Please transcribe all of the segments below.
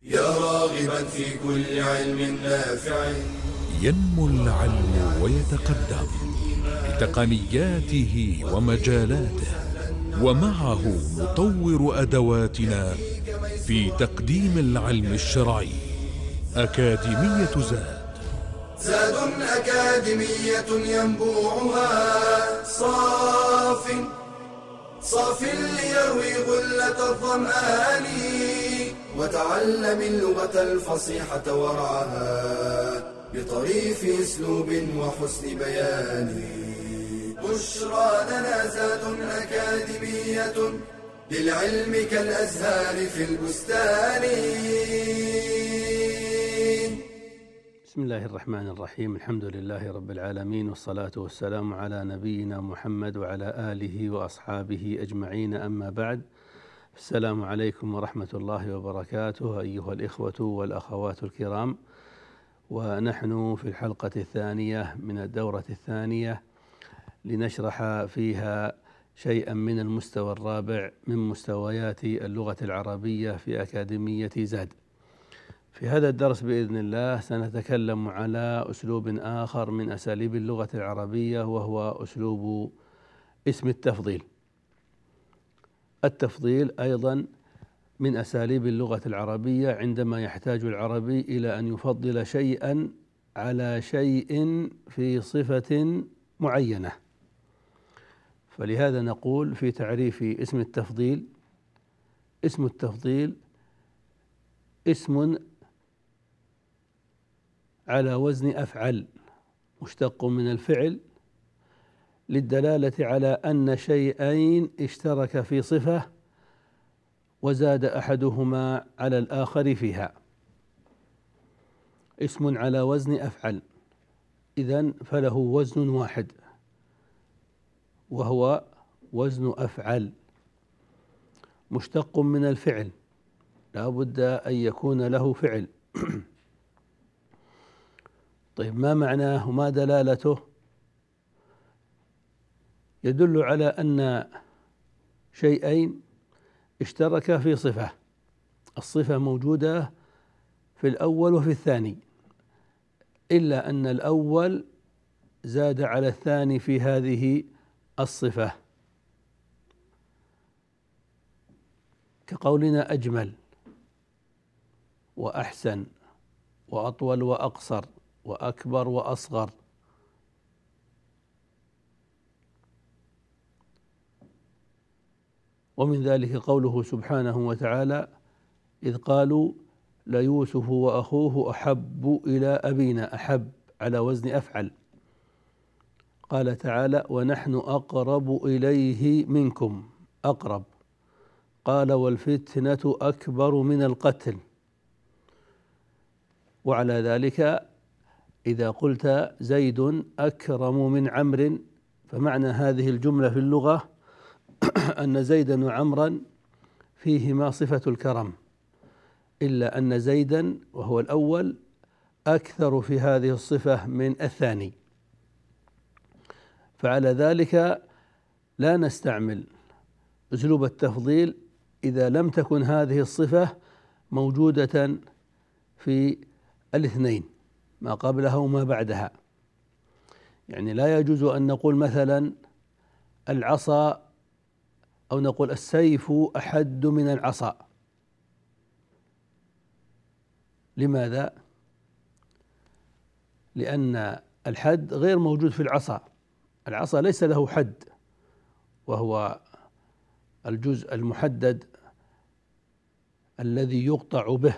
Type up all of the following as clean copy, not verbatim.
يا راغبا في كل علم نافع. ينمو العلم ويتقدم بتقنياته ومجالاته، ومعه نطور أدواتنا في تقديم العلم الشرعي. أكاديمية زاد. زاد أكاديمية ينبوعها صاف ليروي غلة الظمآن، وتعلم اللغة الفصيحة ورعاها بطريف اسلوب وحسن بيان. بشرى لنا زاد أكاديمية للعلم كالأزهار في البستان. بسم الله الرحمن الرحيم. الحمد لله رب العالمين، والصلاة والسلام على نبينا محمد وعلى آله وأصحابه أجمعين، أما بعد. السلام عليكم ورحمة الله وبركاته أيها الإخوة والأخوات الكرام، ونحن في الحلقة الثانية من الدورة الثانية لنشرح فيها شيئا من المستوى الرابع من مستويات اللغة العربية في أكاديمية زاد. في هذا الدرس بإذن الله سنتكلم على أسلوب آخر من أساليب اللغة العربية، وهو أسلوب اسم التفضيل. التفضيل أيضا من أساليب اللغة العربية، عندما يحتاج العربي إلى أن يفضل شيئا على شيء في صفة معينة. فلهذا نقول في تعريف اسم التفضيل: اسم التفضيل اسم على وزن أفعل، مشتق من الفعل، للدلالة على أن شيئين اشترك في صفة وزاد أحدهما على الآخر فيها. اسم على وزن أفعل، إذن فله وزن واحد وهو وزن أفعل، مشتق من الفعل، لا بد أن يكون له فعل. طيب، ما معناه وما دلالته؟ يدل على أن شيئين اشتركا في صفة، الصفة موجودة في الأول وفي الثاني، إلا أن الأول زاد على الثاني في هذه الصفة، كقولنا أجمل وأحسن وأطول وأقصر وأكبر وأصغر. ومن ذلك قوله سبحانه وتعالى: إذ قالوا ليوسف وأخوه أحب إلى أبينا. أحب على وزن أفعل. قال تعالى: ونحن أقرب إليه منكم. أقرب. قال: والفتنة أكبر من القتل. وعلى ذلك إذا قلت زيد أكرم من عمرو، فمعنى هذه الجملة في اللغة أن زيدا وعمرا فيهما صفة الكرم، إلا أن زيدا وهو الأول أكثر في هذه الصفة من الثاني. فعلى ذلك لا نستعمل أسلوب التفضيل إذا لم تكن هذه الصفة موجودة في الاثنين، ما قبلها وما بعدها. يعني لا يجوز أن نقول مثلا العصا، أو نقول السيف أحد من العصا. لماذا؟ لأن الحد غير موجود في العصا. العصا ليس له حد، وهو الجزء المحدد الذي يقطع به.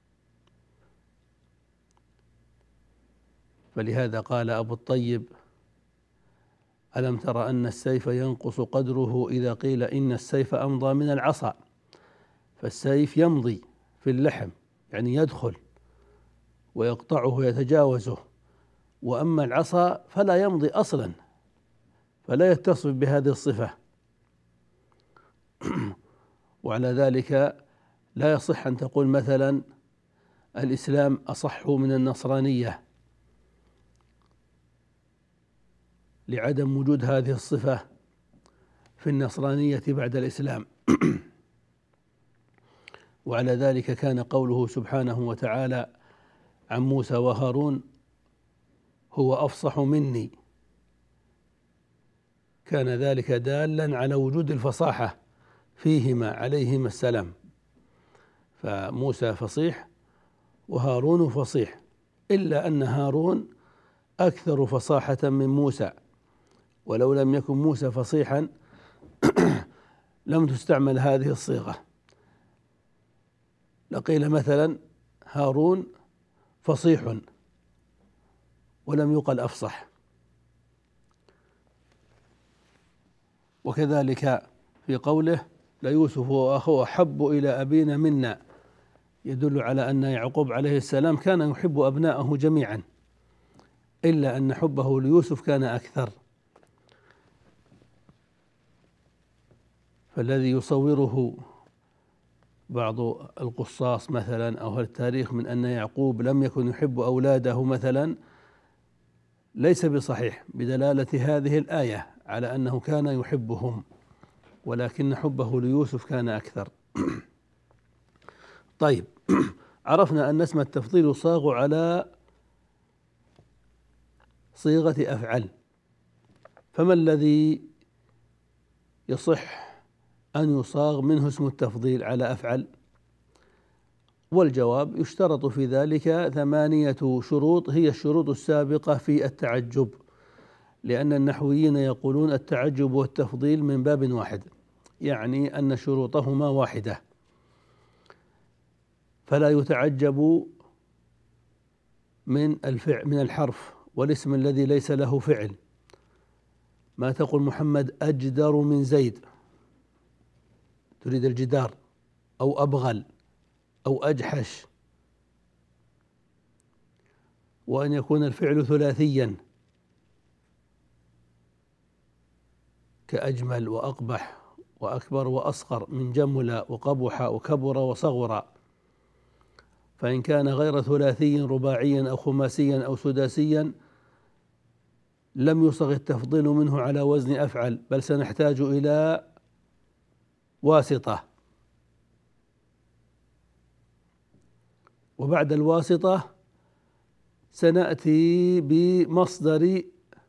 فلهذا قال أبو الطيب: ألم تر أن السيف ينقص قدره إذا قيل إن السيف أمضى من العصا. فالسيف يمضي في اللحم، يعني يدخل ويقطعه ويتجاوزه، وأما العصا فلا يمضي أصلا، فلا يتصف بهذه الصفة. وعلى ذلك لا يصح أن تقول مثلا الإسلام أصح من النصرانية، لعدم وجود هذه الصفة في النصرانية بعد الإسلام. وعلى ذلك كان قوله سبحانه وتعالى عن موسى وهارون هو أفصح مني، كان ذلك دالا على وجود الفصاحة فيهما عليهما السلام، فموسى فصيح وهارون فصيح، إلا أن هارون أكثر فصاحة من موسى، ولو لم يكن موسى فصيحا لم تستعمل هذه الصيغة، لقيل مثلا هارون فصيح ولم يقل أفصح. وكذلك في قوله ليوسف وأخوه أحب إلى أبينا منا، يدل على أن يعقوب عليه السلام كان يحب أبناءه جميعا، إلا أن حبه ليوسف كان أكثر. فالذي يصوره بعض القصاص مثلا أو التاريخ من أن يعقوب لم يكن يحب أولاده مثلا ليس بصحيح، بدلالة هذه الآية على أنه كان يحبهم، ولكن حبه ليوسف كان أكثر. طيب، عرفنا أن اسم التفضيل يصاغ على صيغة أفعل، فما الذي يصح أن يصاغ منه اسم التفضيل على أفعل؟ والجواب يشترط في ذلك 8 شروط، هي الشروط السابقة في التعجب، لأن النحويين يقولون التعجب والتفضيل من باب واحد، يعني أن شروطهما واحدة، فلا يتعجب من الحرف والاسم الذي ليس له فعل. ما تقول محمد أجدر من زيد، تريد الجدار، أو أبغل أو أجحش، وأن يكون الفعل ثلاثيا كأجمل وأقبح وأكبر وأصغر، من جمل وقبح وكبر وصغر. فإن كان غير ثلاثي رباعيا أو خماسيا أو سداسيا لم يصغ التفضيل منه على وزن أفعل، بل سنحتاج إلى واسطة، وبعد الواسطة سنأتي بمصدر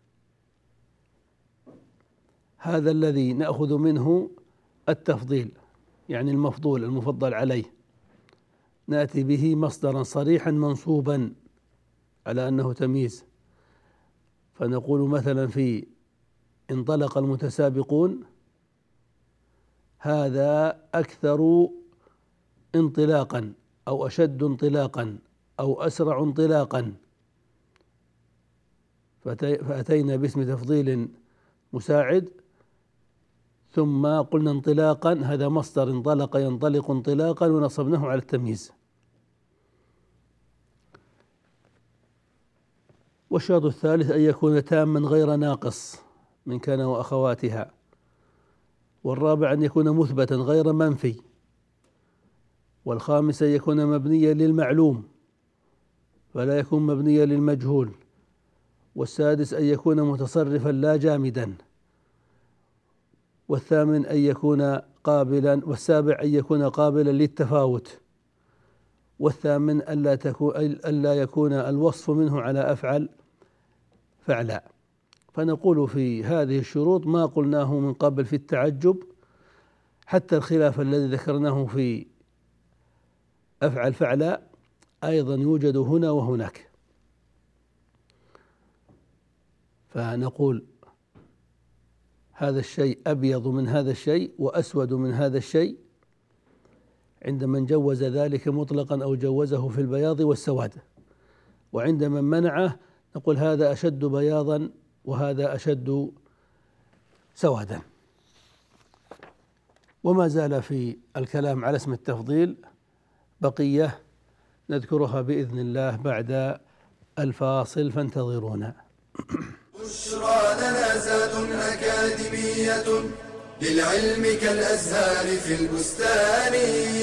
هذا الذي نأخذ منه التفضيل، يعني المفضول المفضل عليه، نأتي به مصدرا صريحا منصوبا على أنه تمييز، فنقول مثلا في انطلق المتسابقون هذا أكثر انطلاقا أو أشد انطلاقا أو أسرع انطلاقا، فأتينا باسم تفضيل مساعد، ثم قلنا انطلاقا هذا مصدر انطلق ينطلق انطلاقا ونصبناه على التمييز. والشرط الثالث أن يكون تاما غير ناقص من كان وأخواتها. والرابع أن يكون مثبتا غير منفي. والخامس أن يكون مبنيا للمعلوم ولا يكون مبنيا للمجهول. والسادس أن يكون متصرفا لا جامدا. والثامن أن يكون قابلا. والسابع أن يكون قابلا للتفاوت. والثامن ألا يكون الوصف منه على أفعل فعلا. فنقول في هذه الشروط ما قلناه من قبل في التعجب، حتى الخلاف الذي ذكرناه في أفعل فعلا أيضا يوجد هنا وهناك. فنقول هذا الشيء أبيض من هذا الشيء وأسود من هذا الشيء عند من جوز ذلك مطلقا أو جوزه في البياض والسواد، وعند من منعه نقول هذا أشد بياضا وهذا أشد سوادا. وما زال في الكلام على اسم التفضيل بقية نذكرها بإذن الله بعد الفاصل، فانتظرونا. بشرى لنا زاد أكاديمية للعلم كالأزهار في البستان.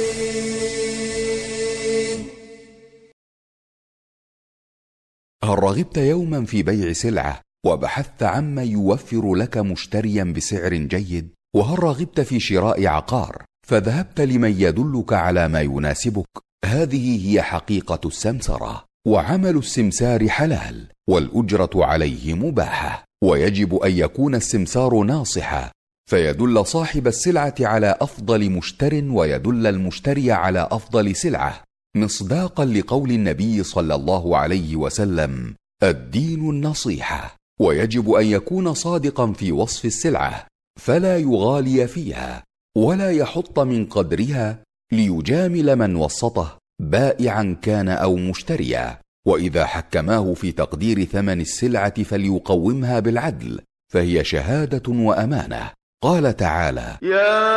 هل رغبت يوما في بيع سلعة وبحثت عما يوفر لك مشتريا بسعر جيد؟ وهل رغبت في شراء عقار فذهبت لمن يدلك على ما يناسبك. هذه هي حقيقة السمسرة. وعمل السمسار حلال، والأجرة عليه مباحة، ويجب أن يكون السمسار ناصحا، فيدل صاحب السلعة على أفضل مشتر، ويدل المشتري على أفضل سلعة، مصداقا لقول النبي صلى الله عليه وسلم: الدين النصيحة. ويجب أن يكون صادقا في وصف السلعة، فلا يغالي فيها ولا يحط من قدرها ليجامل من وسطه، بائعا كان أو مشتريا. وإذا حكماه في تقدير ثمن السلعة فليقومها بالعدل، فهي شهادة وأمانة. قال تعالى: يا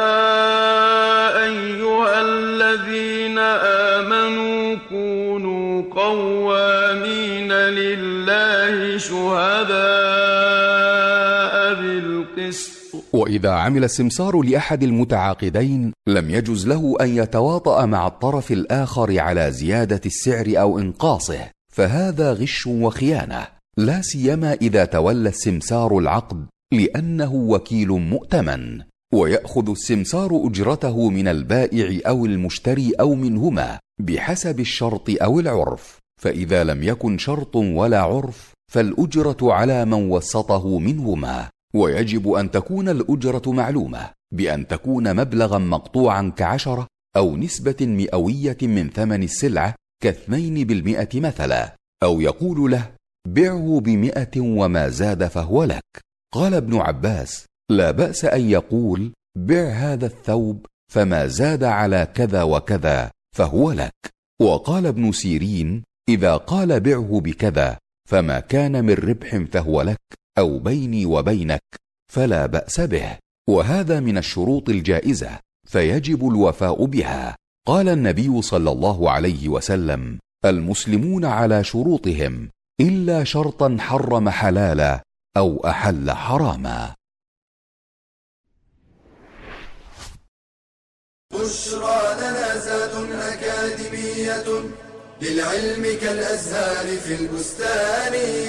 أيها الذين آمنوا كونوا قوامين لله شهداء بالقسط. وإذا عمل السمسار لأحد المتعاقدين لم يجز له أن يتواطأ مع الطرف الآخر على زيادة السعر أو إنقاصه، فهذا غش وخيانة، لا سيما إذا تولى السمسار العقد، لأنه وكيل مؤتمن، ويأخذ السمسار أجرته من البائع أو المشتري أو منهما بحسب الشرط أو العرف. فإذا لم يكن شرط ولا عرف فالأجرة على من وسطه منهما. ويجب أن تكون الأجرة معلومة، بأن تكون مبلغا مقطوعا ك10 أو نسبة مئوية من ثمن السلعة ك2% مثلا، أو يقول له: بعه ب100 وما زاد فهو لك. قال ابن عباس: لا بأس أن يقول: بع هذا الثوب فما زاد على كذا وكذا فهو لك. وقال ابن سيرين: إذا قال بعه بكذا فما كان من ربح فهو لك أو بيني وبينك فلا بأس به. وهذا من الشروط الجائزة، فيجب الوفاء بها. قال النبي صلى الله عليه وسلم: المسلمون على شروطهم إلا شرطا حرم حلالا أو أحل حراما. بشرى لنا زاد أكاديمية للعلم كالأزهار في البستان.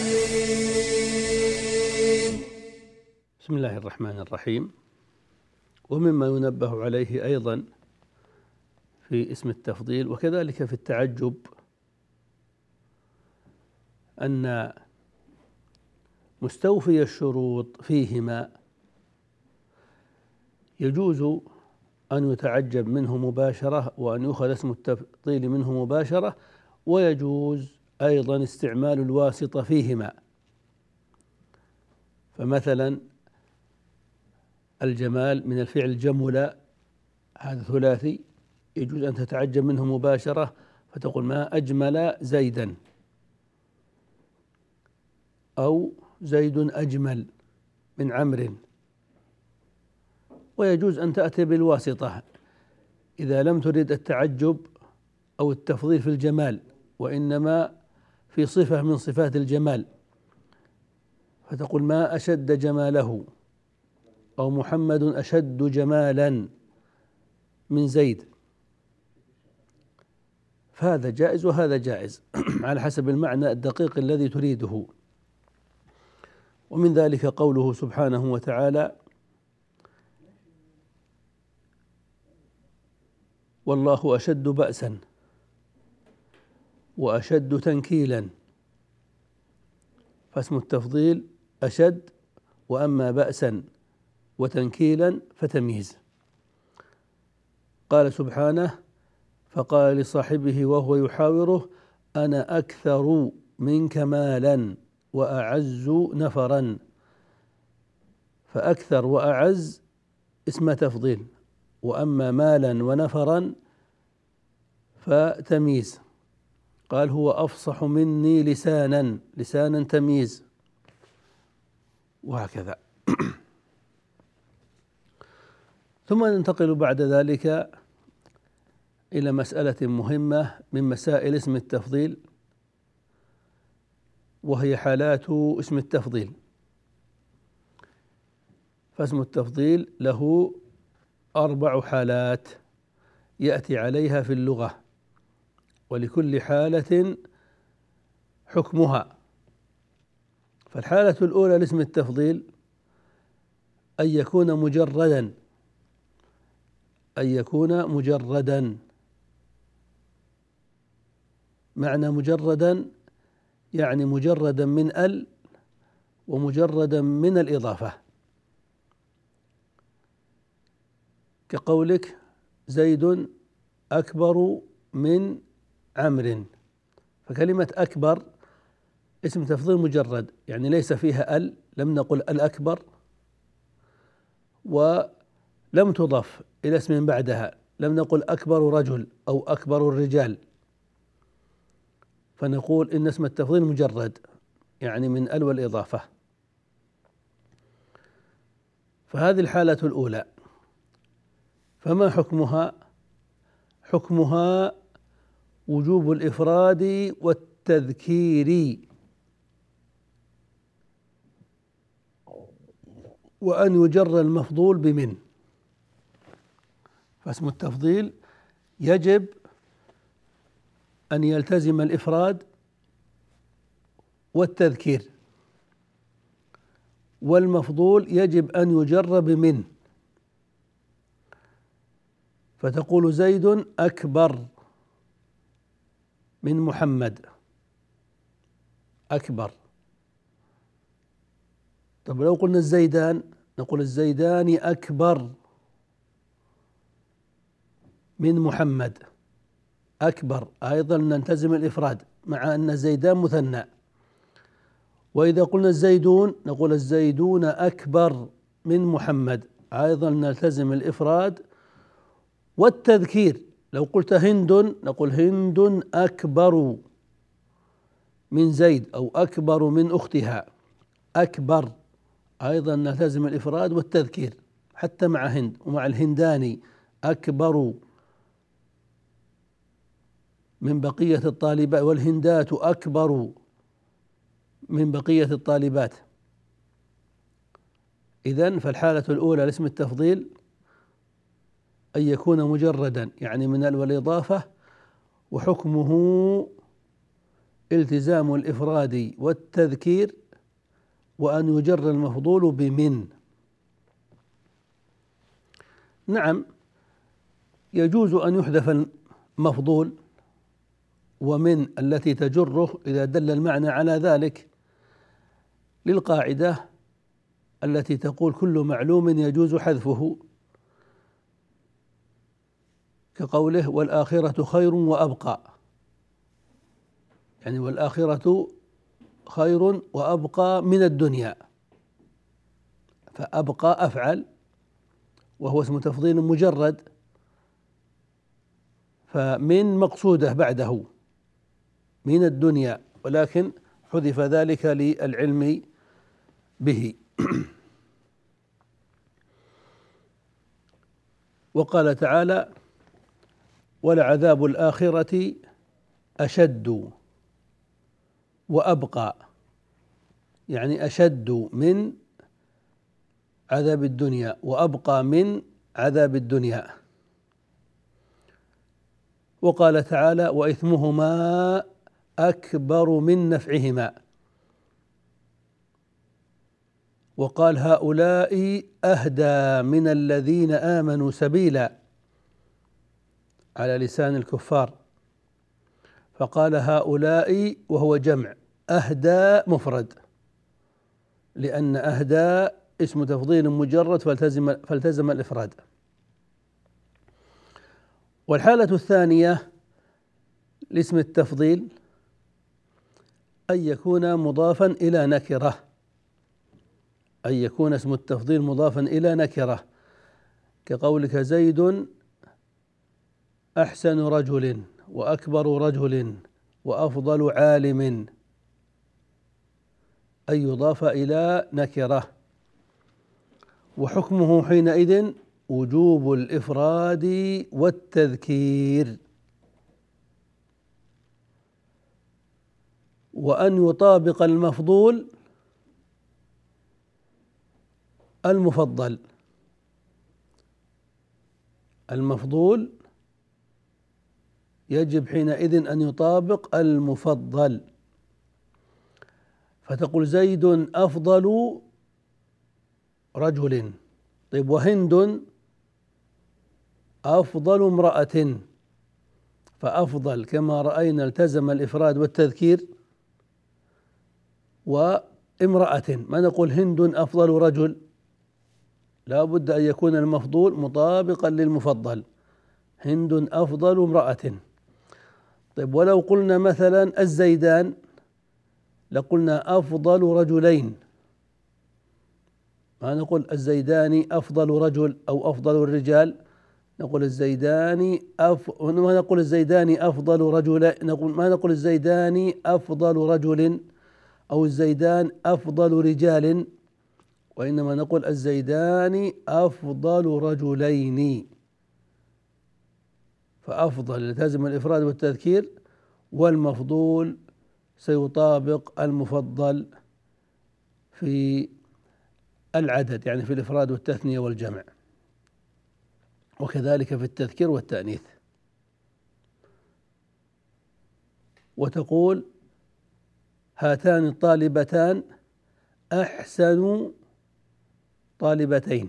بسم الله الرحمن الرحيم. ومما ينبه عليه أيضا في اسم التفضيل وكذلك في التعجب أن مستوفي الشروط فيهما يجوز أن يتعجب منه مباشرة وأن يؤخذ اسم التفضيل منه مباشرة، ويجوز أيضا استعمال الواسطة فيهما. فمثلا الجمال من الفعل جمل، هذا ثلاثي، يجوز أن تتعجب منه مباشرة فتقول: ما أجمل زيدا، أو زيد أجمل من عمرو. ويجوز أن تأتي بالواسطة إذا لم تريد التعجب أو التفضيل في الجمال، وإنما في صفة من صفات الجمال، فتقول: ما أشد جماله، أو محمد أشد جمالا من زيد. فهذا جائز وهذا جائز على حسب المعنى الدقيق الذي تريده. ومن ذلك قوله سبحانه وتعالى: والله أشد بأسا وأشد تنكيلا، فاسم التفضيل أشد، وأما بأسا وتنكيلا فتمييز. قال سبحانه: فقال لصاحبه وهو يحاوره: أنا أكثر منك مالا وأعز نفرا. فأكثر وأعز اسم تفضيل، وأما مالا ونفرا فتمييز. قال: هو أفصح مني لسانا، لسانا تمييز، وهكذا. ثم ننتقل بعد ذلك إلى مسألة مهمة من مسائل اسم التفضيل، وهي حالات اسم التفضيل. فاسم التفضيل له 4 حالات يأتي عليها في اللغة، ولكل حالة حكمها. فالحالة الأولى لاسم التفضيل أن يكون مجردا أن يكون مجردا. معنى مجردا يعني مجردا من ال ومجردا من الإضافة، كقولك زيد أكبر من عمرو، فكلمة أكبر اسم تفضيل مجرد، يعني ليس فيها ال، لم نقل الأكبر، ولم تضف إلى اسم بعدها، لم نقل أكبر رجل أو أكبر الرجال، فنقول إن اسم التفضيل مجرد يعني من ال والإضافة. فهذه الحالة الأولى. فما حكمها؟ حكمها وجوب الإفراد والتذكير، وأن يجر المفضول بمن. فاسم التفضيل يجب أن يلتزم الإفراد والتذكير، والمفضول يجب أن يجر بمن. فتقول زيد أكبر من محمد، أكبر. طب لو قلنا الزيدان نقول الزيدان أكبر من محمد، أكبر أيضا نلتزم الإفراد مع أن الزيدان مثنى. وإذا قلنا الزيدون نقول الزيدون أكبر من محمد، أيضا نلتزم الإفراد والتذكير. لو قلت هند نقول هند أكبر من زيد أو أكبر من أختها، أكبر أيضا نلتزم الإفراد والتذكير حتى مع هند. ومع الهنداني أكبر من بقية الطالبات، والهندات أكبر من بقية الطالبات. إذن فالحالة الأولى لاسم التفضيل أن يكون مجردا يعني من ال والإضافة، وحكمه التزام الإفراد والتذكير، وأن يجر المفضول بمن. نعم، يجوز أن يحذف المفضول ومن التي تجره إذا دل المعنى على ذلك، للقاعدة التي تقول كل معلوم يجوز حذفه، كقوله والآخرة خير وأبقى، يعني والآخرة خير وأبقى من الدنيا، فأبقى أفعل وهو اسم تفضيل مجرد، فمن مقصودة بعده من الدنيا، ولكن حذف ذلك للعلم به. وقال تعالى ولعذاب الآخرة أشد وأبقى، يعني أشد من عذاب الدنيا وأبقى من عذاب الدنيا. وقال تعالى وإثمهما أكبر من نفعهما، وقال هؤلاء أهدى من الذين آمنوا سبيلا على لسان الكفار، فقال هؤلاء وهو جمع، أهدى مفرد، لأن أهدى اسم تفضيل مجرد فالتزم الإفراد. والحالة الثانية لاسم التفضيل أن يكون مضافا إلى نكرة، أن يكون اسم التفضيل مضافا إلى نكرة، كقولك زيد أحسن رجل وأكبر رجل وأفضل عالم، أن يضاف إلى نكرة. وحكمه حينئذ وجوب الإفراد والتذكير، وأن يطابق المفضول المفضل. المفضول يجب حينئذ أن يطابق المفضل، فتقول زيد أفضل رجل. طيب وهند أفضل امرأة، فأفضل كما رأينا التزم الإفراد والتذكير. وامرأة، ما نقول هند أفضل رجل، لا بد أن يكون المفضول مطابقا للمفضل، هند أفضل امرأة. طيب ولو قلنا مثلا الزيدان لقلنا أفضل رجلين، ما نقول الزيدان أفضل رجل أو أفضل الرجال، نقول الزيدان ما نقول الزيدان أفضل رجل، ما نقول الزيدان أفضل رجل أو الزيدان أفضل رجال، وإنما نقول الزيدان أفضل رجلين. فأفضل يلتزم الإفراد والتذكير، والمفضول سيطابق المفضل في العدد، يعني في الإفراد والتثنية والجمع، وكذلك في التذكير والتأنيث. وتقول هاتان الطالبتان أحسن طالبتين،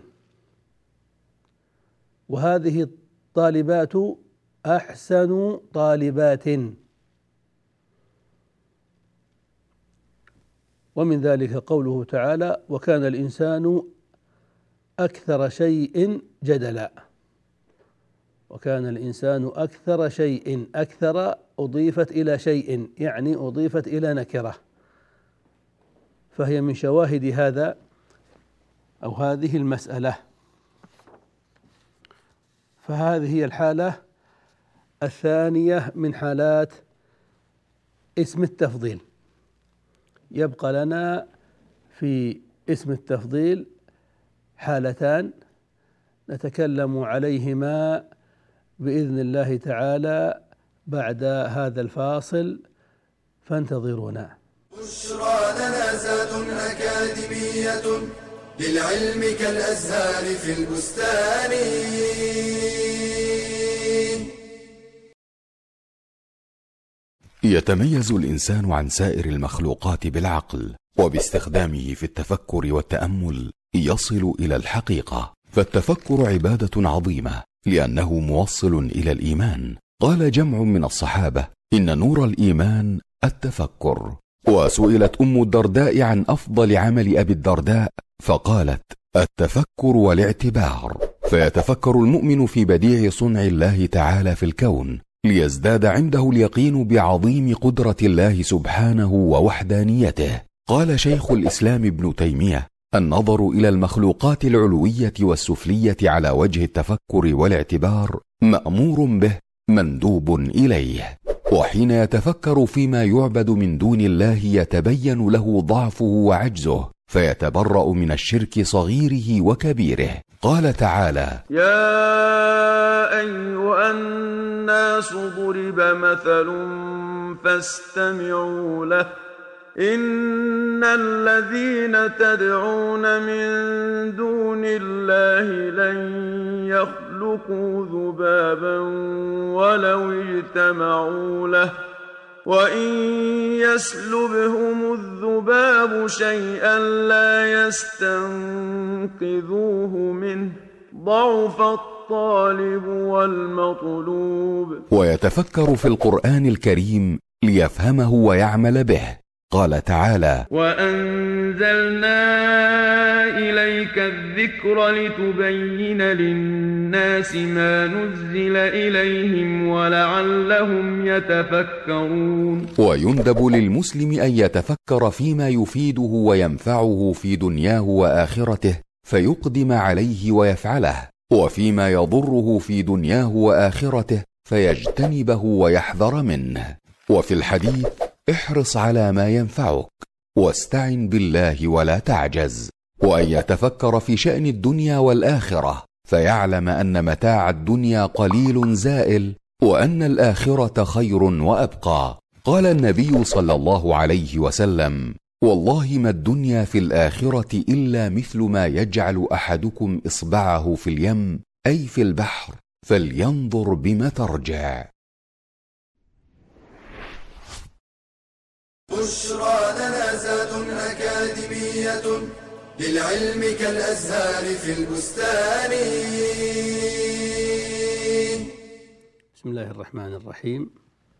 وهذه الطالبات أحسن طالبات. ومن ذلك قوله تعالى وكان الإنسان أكثر شيء جدلا، وكان الإنسان أكثر شيء، أكثر أضيفت إلى شيء يعني أضيفت إلى نكرة، فهي من شواهد هذا أو هذه المسألة. فهذه هي الحالة الثانية من حالات اسم التفضيل. يبقى لنا في اسم التفضيل حالتان نتكلم عليهما بإذن الله تعالى بعد هذا الفاصل، فانتظرونا. بشرى لنا زاد أكاديمية للعلم كالأزهار في البستان. يتميز الإنسان عن سائر المخلوقات بالعقل، وباستخدامه في التفكر والتأمل يصل إلى الحقيقة. فالتفكر عبادة عظيمة لأنه موصل إلى الإيمان. قال جمع من الصحابة إن نور الإيمان التفكر. وسئلت أم الدرداء عن أفضل عمل أبي الدرداء فقالت التفكر والاعتبار. فيتفكر المؤمن في بديع صنع الله تعالى في الكون ليزداد عنده اليقين بعظيم قدرة الله سبحانه ووحدانيته. قال شيخ الإسلام ابن تيمية النظر إلى المخلوقات العلوية والسفلية على وجه التفكر والاعتبار مأمور به مندوب إليه. وحين يتفكر فيما يعبد من دون الله يتبين له ضعفه وعجزه، فيتبرأ من الشرك صغيره وكبيره. قال تعالى يا أيها الناس ضرب مثل فاستمعوا له إن الذين تدعون من دون الله لن يخلقوا ذبابا ولو اجتمعوا له وإن يسلبهم الذباب شيئا لا يستنقذوه منه ضعف الطالب والمطلوب. ويتفكر في القرآن الكريم ليفهمه ويعمل به. قال تعالى وأنزلنا إليك الذكر لتبين للناس ما نزل إليهم ولعلهم يتفكرون. ويندب للمسلم أن يتفكر فيما يفيده وينفعه في دنياه وآخرته فيقدم عليه ويفعله، وفيما يضره في دنياه وآخرته فيجتنبه ويحذر منه. وفي الحديث احرص على ما ينفعك واستعن بالله ولا تعجز. وأن يتفكر في شأن الدنيا والآخرة فيعلم أن متاع الدنيا قليل زائل وأن الآخرة خير وأبقى. قال النبي صلى الله عليه وسلم والله ما الدنيا في الآخرة إلا مثل ما يجعل أحدكم إصبعه في اليم أي في البحر فلينظر بما ترجع. بشرى لنا زاد أكاديمية للعلم كالأزهار في البستان. بسم الله الرحمن الرحيم.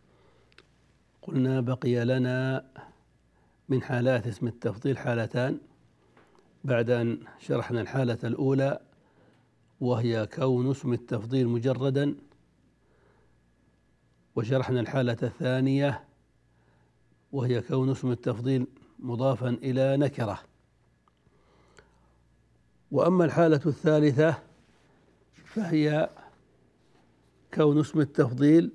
قلنا بقي لنا من حالات اسم التفضيل حالتان بعد أن شرحنا الحالة الأولى وهي كون اسم التفضيل مجردا، وشرحنا الحالة الثانية وهي كون اسم التفضيل مضافا إلى نكرة. وأما الحالة الثالثة فهي كون اسم التفضيل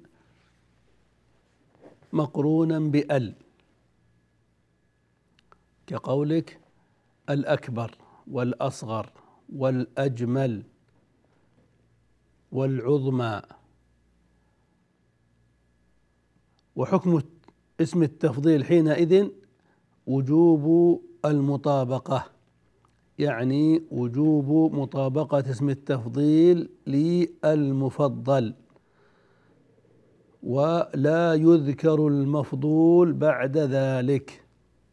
مقرونا بأل، كقولك الأكبر والأصغر والأجمل والعظمى. وحكم اسم التفضيل حينئذ وجوب المطابقة، يعني وجوب مطابقة اسم التفضيل للمفضل، ولا يذكر المفضول بعد ذلك.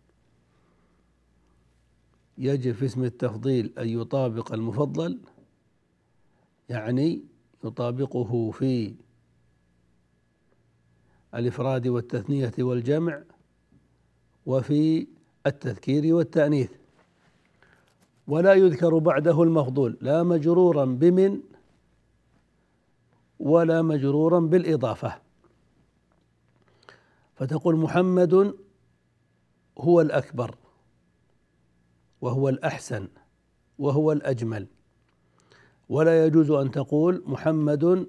يجب في اسم التفضيل أن يطابق المفضل، يعني يطابقه في الإفراد والتثنية والجمع وفي التذكير والتأنيث، ولا يذكر بعده المفضول لا مجرورا بمن ولا مجرورا بالإضافة. فتقول محمد هو الأكبر وهو الأحسن وهو الأجمل، ولا يجوز أن تقول محمد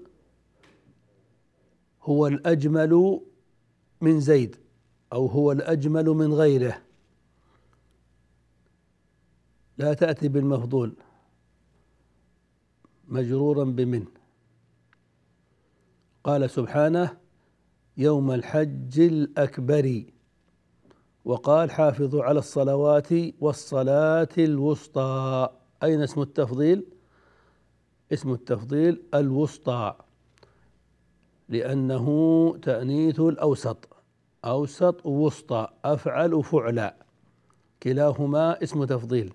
هو الأجمل من زيد أو هو الأجمل من غيره، لا تأتي بالمفضول مجرورا بمن. قال سبحانه يوم الحج الأكبر، وقال حافظوا على الصلوات والصلاة الوسطى. أين اسم التفضيل؟ اسم التفضيل الوسطى، لأنه تأنيث الأوسط، أوسط وسطى، أفعل فعلا، كلاهما اسم تفضيل.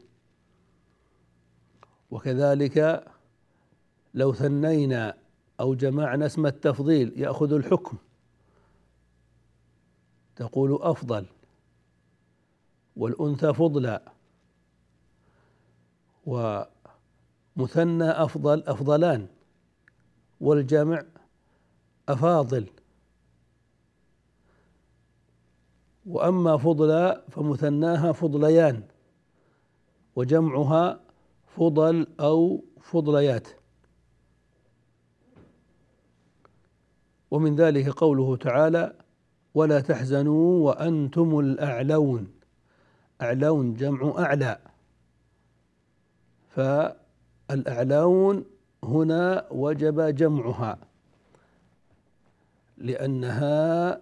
وكذلك لو ثنينا أو جمعنا اسم التفضيل يأخذ الحكم، تقول أفضل، والأنثى فضلا، ومثنى أفضل أفضلان، والجمع أفاضل. وأما فضلا فمثناها فضليان وجمعها فضل أو فضليات. ومن ذلك قوله تعالى ولا تحزنوا وأنتم الأعلون. أعلون جمع أعلى، فالأعلون هنا وجب جمعها لأنها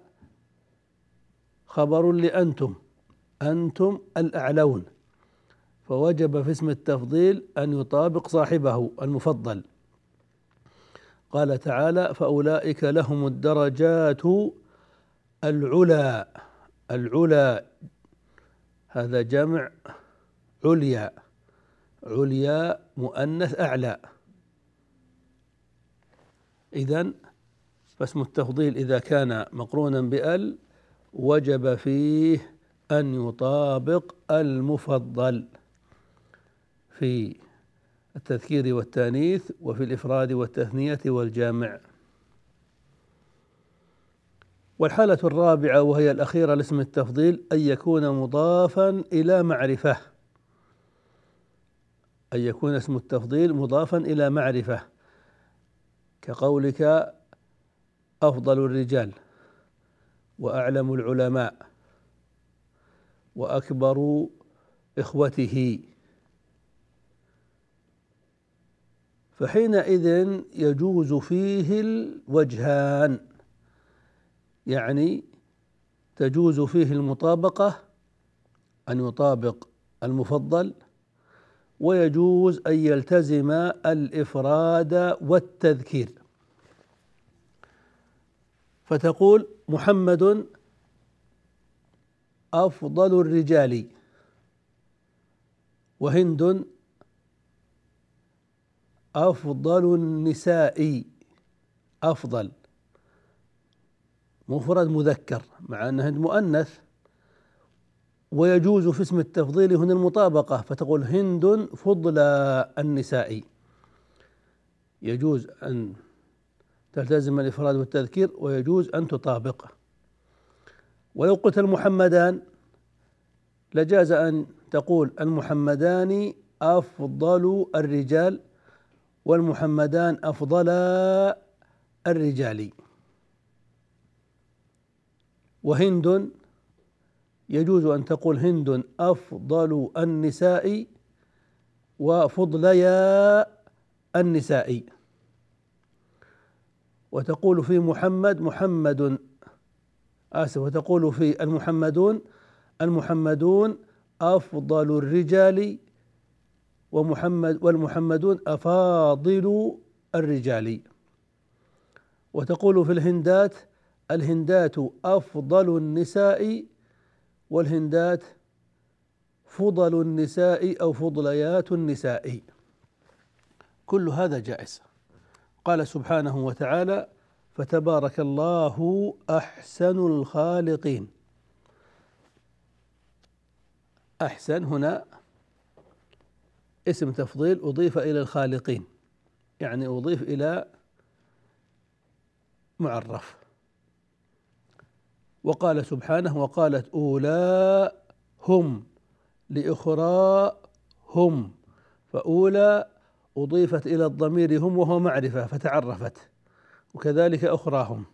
خبر لأنتم، أنتم الأعلون، فوجب في اسم التفضيل أن يطابق صاحبه المفضل. قال تعالى فأولئك لهم الدرجات العلى. العلى هذا جمع عليا، عليا مؤنث أعلى. إذن فاسم التفضيل إذا كان مقرونا بأل وجب فيه أن يطابق المفضل في التذكير والتانيث وفي الإفراد والتثنية والجامع. والحالة الرابعة وهي الأخيرة لاسم التفضيل أن يكون مضافا إلى معرفة، أن يكون اسم التفضيل مضافا إلى معرفة، كقولك أفضل الرجال وأعلم العلماء وأكبر إخوته. فحينئذ يجوز فيه الوجهان، يعني تجوز فيه المطابقة أن يطابق المفضل، ويجوز أن يلتزم الإفراد والتذكير. فتقول محمد أفضل الرجال، وهند أفضل النساء، أفضل مفرد مذكر مع أنه هند مؤنث، ويجوز في اسم التفضيل هنا المطابقة، فتقول هند فضل النساء، يجوز أن تلتزم الإفراد والتذكير ويجوز أن تطابق. ولو قلت المحمدان لجاز أن تقول المحمدان أفضل الرجال والمحمدان أفضل الرجال. وهند يجوز أن تقول هند أفضل النساء وفضليا النساء. وتقول في وتقول في المحمدون أفضل الرجال والمحمدون أفاضل الرجال. وتقول في الهندات أفضل النساء والهندات فضل النساء أو فضليات النساء. كل هذا جائز. قال سبحانه وتعالى: فتبارك الله أحسن الخالقين. أحسن هنا اسم تفضيل أضيف إلى الخالقين، يعني أضيف إلى معرف. وقال سبحانه: وقالت أولى هم لأخرى هم، فأولى أضيفت إلى الضمير هم وهو معرفة فتعرفت، وكذلك أخراهم.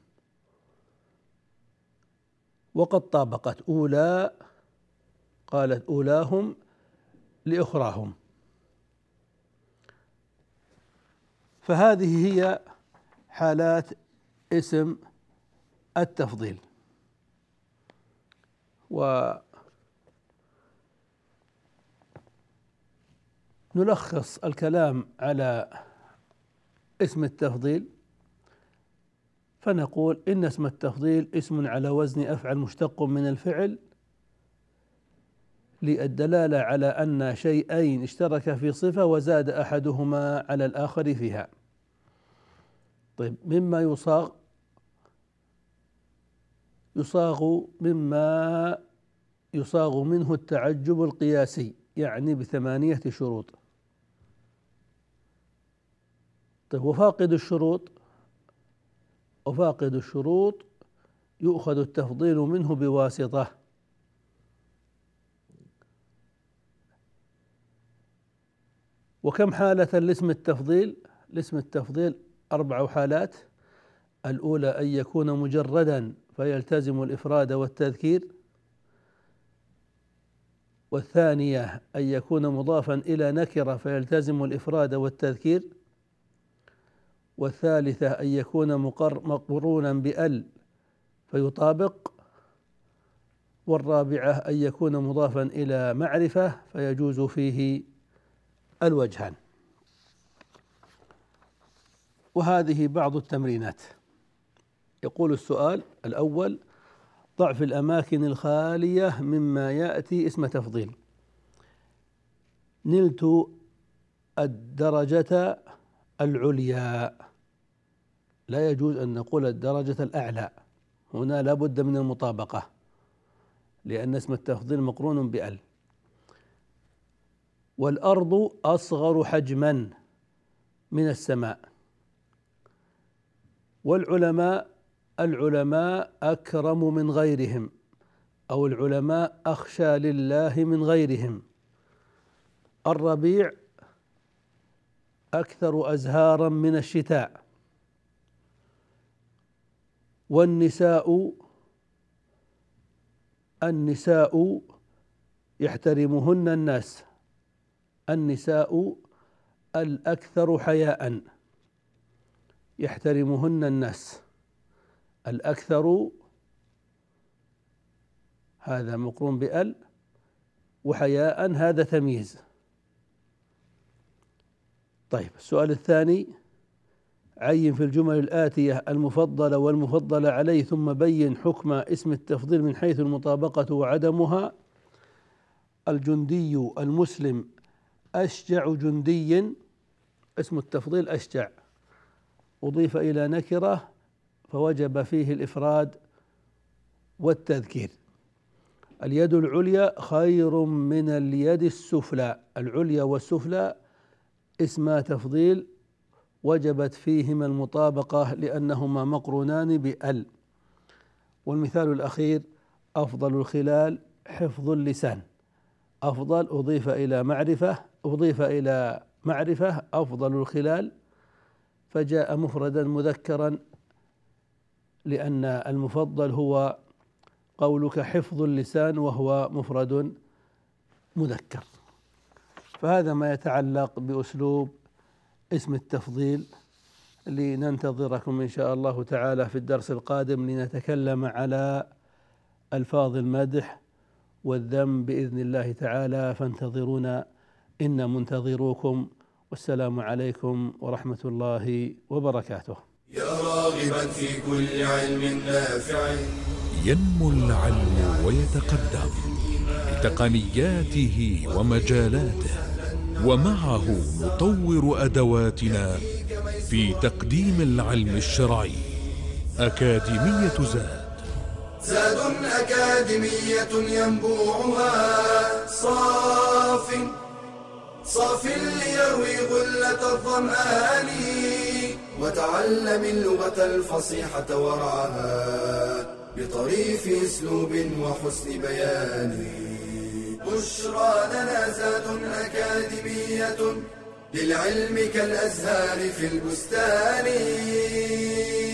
وقد طابقت أولى، قالت أولاهم لأخراهم. فهذه هي حالات اسم التفضيل. ونلخص الكلام على اسم التفضيل فنقول إن اسم التفضيل اسم على وزن أفعل مشتق من الفعل للدلالة على أن شيئين اشتركا في صفة وزاد أحدهما على الآخر فيها. طيب، مما يصاغ منه التعجب القياسي، يعني ب8 شروط. طيب، وفاقد الشروط يؤخذ التفضيل منه بواسطة. وكم حالة لاسم التفضيل؟ لاسم التفضيل 4 حالات. الأولى أن يكون مجردا فيلتزم الإفراد والتذكير، والثانية أن يكون مضافا إلى نكرة فيلتزم الإفراد والتذكير، والثالثة أن يكون مقرونا بأل فيطابق، والرابعة أن يكون مضافا إلى معرفة فيجوز فيه الوجهان. وهذه بعض التمرينات. يقول السؤال الأول: ضع في الأماكن الخالية مما يأتي اسم تفضيل. نلت الدرجة العليا، لا يجوز أن نقول الدرجة الأعلى، هنا لا بد من المطابقة لأن اسم التفضيل مقرون بأل. والأرض أصغر حجما من السماء. والعلماء أكرم من غيرهم، أو العلماء أخشى لله من غيرهم. الربيع أكثر أزهارا من الشتاء. والنساء يحترمهن الناس. النساء الأكثر حياء، يحترمهن الناس. الأكثر هذا مقرون بأل، وحياء هذا تمييز. طيب، السؤال الثاني: عين في الجمل الآتية المفضل والمفضل عليه ثم بين حكم اسم التفضيل من حيث المطابقة وعدمها. الجندي المسلم أشجع جندي، اسم التفضيل أشجع، أضيف إلى نكرة فوجب فيه الإفراد والتذكير. اليد العليا خير من اليد السفلى. العليا والسفلى اسما تفضيل وجبت فيهما المطابقة لأنهما مقرونان بأل. والمثال الأخير أفضل الخلال حفظ اللسان. أفضل أضيف إلى معرفة أفضل الخلال، فجاء مفردا مذكرا لأن المفضل هو قولك حفظ اللسان وهو مفرد مذكر. فهذا ما يتعلق بأسلوب اسم التفضيل. لننتظركم إن شاء الله تعالى في الدرس القادم لنتكلم على ألفاظ المدح والذم بإذن الله تعالى، فانتظرونا إنا منتظروكم، والسلام عليكم ورحمة الله وبركاته. يا راغبا في كل علم نافع ينمو العلم ويتقدم بتقنياته ومجالاته، ومعه نطور أدواتنا في تقديم العلم الشرعي. أكاديمية زاد أكاديمية ينبوعها صاف ليروي غلة الظمآن، وتعلم اللغة الفصيحة ورعاها بطريف اسلوب وحسن بيان. بشرى لنا زاد أكاديمية للعلم كالأزهار في البستان.